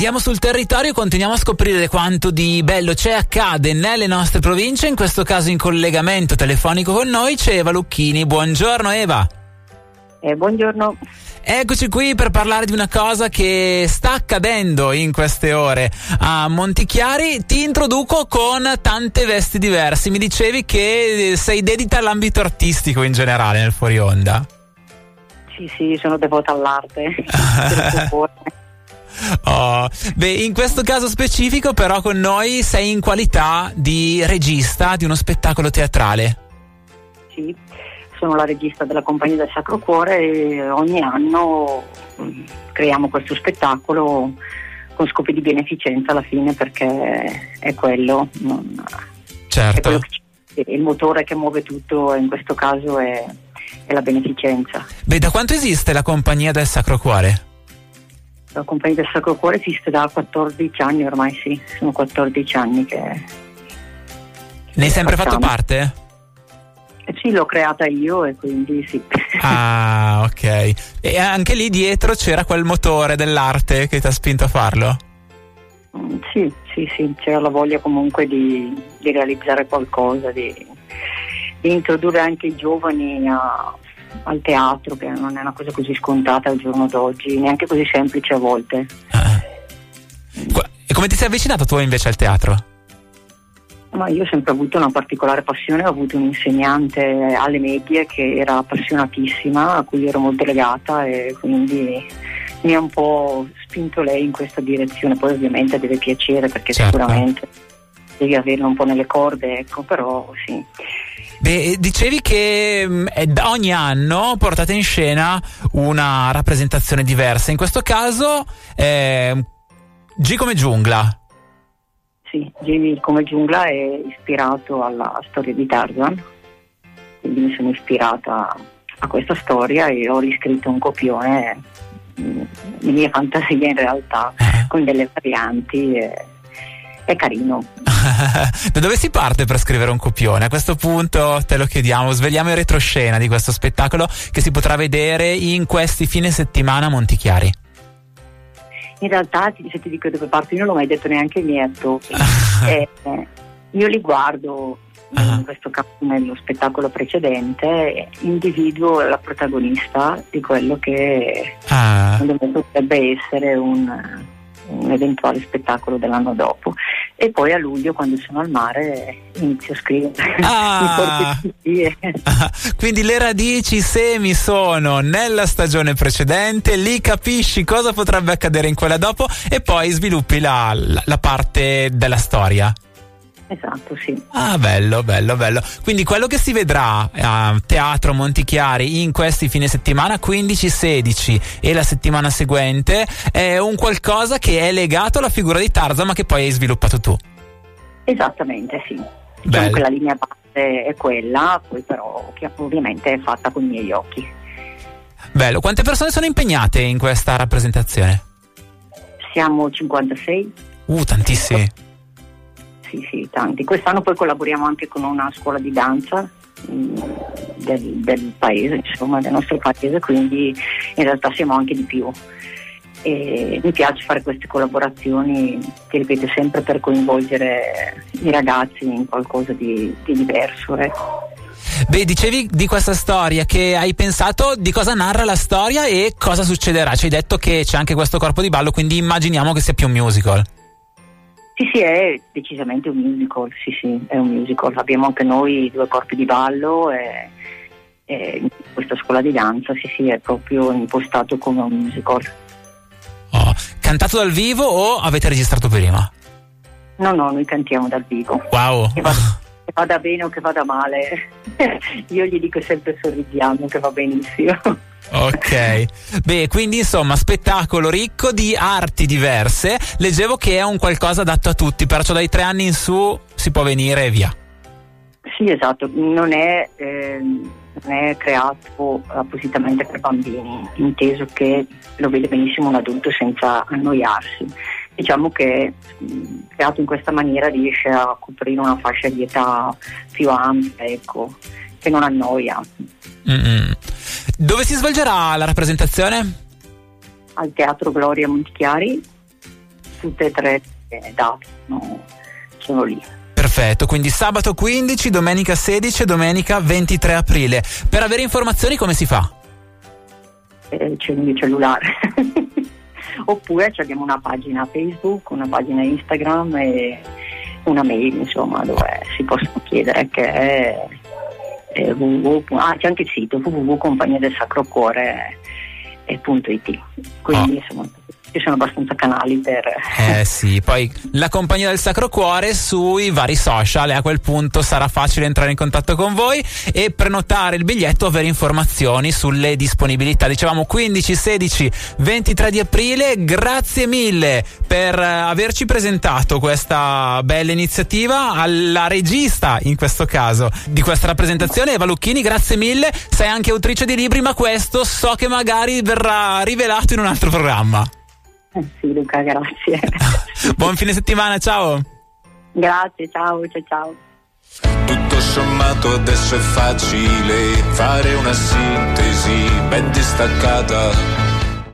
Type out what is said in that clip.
Andiamo sul territorio e continuiamo a scoprire quanto di bello accade nelle nostre province. In questo caso in collegamento telefonico con noi c'è Eva Lucchini. Buongiorno Eva. Buongiorno. Eccoci qui per parlare di una cosa che sta accadendo in queste ore a Montichiari. Ti introduco con tante vesti diverse. Mi dicevi che sei dedita all'ambito artistico in generale nel fuori onda. Sì, sono devota all'arte. In questo caso specifico però con noi sei in qualità di regista di uno spettacolo teatrale. Sì, sono la regista della Compagnia del Sacro Cuore e ogni anno creiamo questo spettacolo con scopi di beneficenza alla fine, perché è quello. Certo. È quello il motore che muove tutto in questo caso è la beneficenza. Da quanto esiste la Compagnia del Sacro Cuore? La Compagnia del Sacro Cuore esiste da 14 anni ormai, sì, sono 14 anni che ne hai sempre fatto parte? Sì, l'ho creata io e quindi sì. Ah, ok. E anche lì dietro c'era quel motore dell'arte che ti ha spinto a farlo? Sì, c'era la voglia comunque di realizzare qualcosa, di introdurre anche i giovani al teatro, che non è una cosa così scontata al giorno d'oggi, neanche così semplice a volte. E come ti sei avvicinato tu invece al teatro? Ma io ho sempre avuto una particolare passione, ho avuto un insegnante alle medie che era appassionatissima, a cui ero molto legata, e quindi mi ha un po' spinto lei in questa direzione. Poi ovviamente deve piacere, perché certo, sicuramente devi averlo un po' nelle corde, ecco, però sì. Dicevi che ogni anno portate in scena una rappresentazione diversa, in questo caso G come giungla. Sì, G come giungla è ispirato alla storia di Tarzan, quindi mi sono ispirata a questa storia e ho riscritto un copione di mia fantasia in realtà, con delle varianti, è carino. Da dove si parte per scrivere un copione? A questo punto te lo chiediamo, svegliamo in retroscena di questo spettacolo che si potrà vedere in questi fine settimana a Montichiari. In realtà, se ti dico dove parto, io non l'ho mai detto neanche ai miei attori. Io li guardo, in questo caso nello spettacolo precedente, e individuo la protagonista di quello che dovrebbe essere un eventuale spettacolo dell'anno dopo, e poi a luglio, quando sono al mare, inizio a scrivere. Quindi le radici semi sono nella stagione precedente, lì capisci cosa potrebbe accadere in quella dopo e poi sviluppi la parte della storia. Esatto, sì. Bello. Quindi quello che si vedrà a Teatro Montichiari in questi fine settimana 15-16 e la settimana seguente è un qualcosa che è legato alla figura di Tarzan, ma che poi hai sviluppato tu. Esattamente, sì. Diciamo che la linea base è quella, poi però che ovviamente è fatta con i miei occhi. Bello. Quante persone sono impegnate in questa rappresentazione? Siamo 56. Tantissimi. Sì, tanti. Quest'anno poi collaboriamo anche con una scuola di danza del paese, insomma, del nostro paese, quindi in realtà siamo anche di più. E mi piace fare queste collaborazioni, ti ripeto, sempre per coinvolgere i ragazzi in qualcosa di diverso. Dicevi di questa storia che hai pensato, di cosa narra la storia e cosa succederà? Ci hai detto che c'è anche questo corpo di ballo, quindi immaginiamo che sia più un musical. Sì, è decisamente un musical, sì, è un musical. Abbiamo anche noi 2 corpi di ballo e questa scuola di danza, sì, è proprio impostato come un musical. Cantato dal vivo o avete registrato prima? No, noi cantiamo dal vivo. Wow! Che vada bene o che vada male, io gli dico sempre sorridiamo che va benissimo. Ok, quindi insomma spettacolo ricco di arti diverse. Leggevo che è un qualcosa adatto a tutti, perciò dai 3 anni in su si può venire e via. Sì, esatto, non è creato appositamente per bambini, inteso che lo vede benissimo un adulto senza annoiarsi. Diciamo che creato in questa maniera riesce a coprire una fascia di età più ampia, ecco, che non annoia. Dove si svolgerà la rappresentazione? Al Teatro Gloria Montichiari, tutte e tre date sono lì. Perfetto, quindi sabato 15, domenica 16 e domenica 23 aprile. Per avere informazioni come si fa? C'è il mio cellulare. Oppure abbiamo una pagina Facebook, una pagina Instagram e una mail, insomma, dove si possono chiedere, che è c'è anche il sito www.compagniadelsacrocuore.it. Quindi insomma ci sono abbastanza canali per... sì, poi la Compagnia del Sacro Cuore sui vari social, e a quel punto sarà facile entrare in contatto con voi e prenotare il biglietto, avere informazioni sulle disponibilità. Dicevamo 15, 16, 23 di aprile. Grazie mille per averci presentato questa bella iniziativa, alla regista in questo caso di questa rappresentazione, Eva Lucchini, grazie mille. Sei anche autrice di libri, ma questo so che magari verrà rivelato in un altro programma. Sì, Luca, grazie. Buon fine settimana, ciao. Grazie, ciao. Tutto sommato adesso è facile fare una sintesi ben distaccata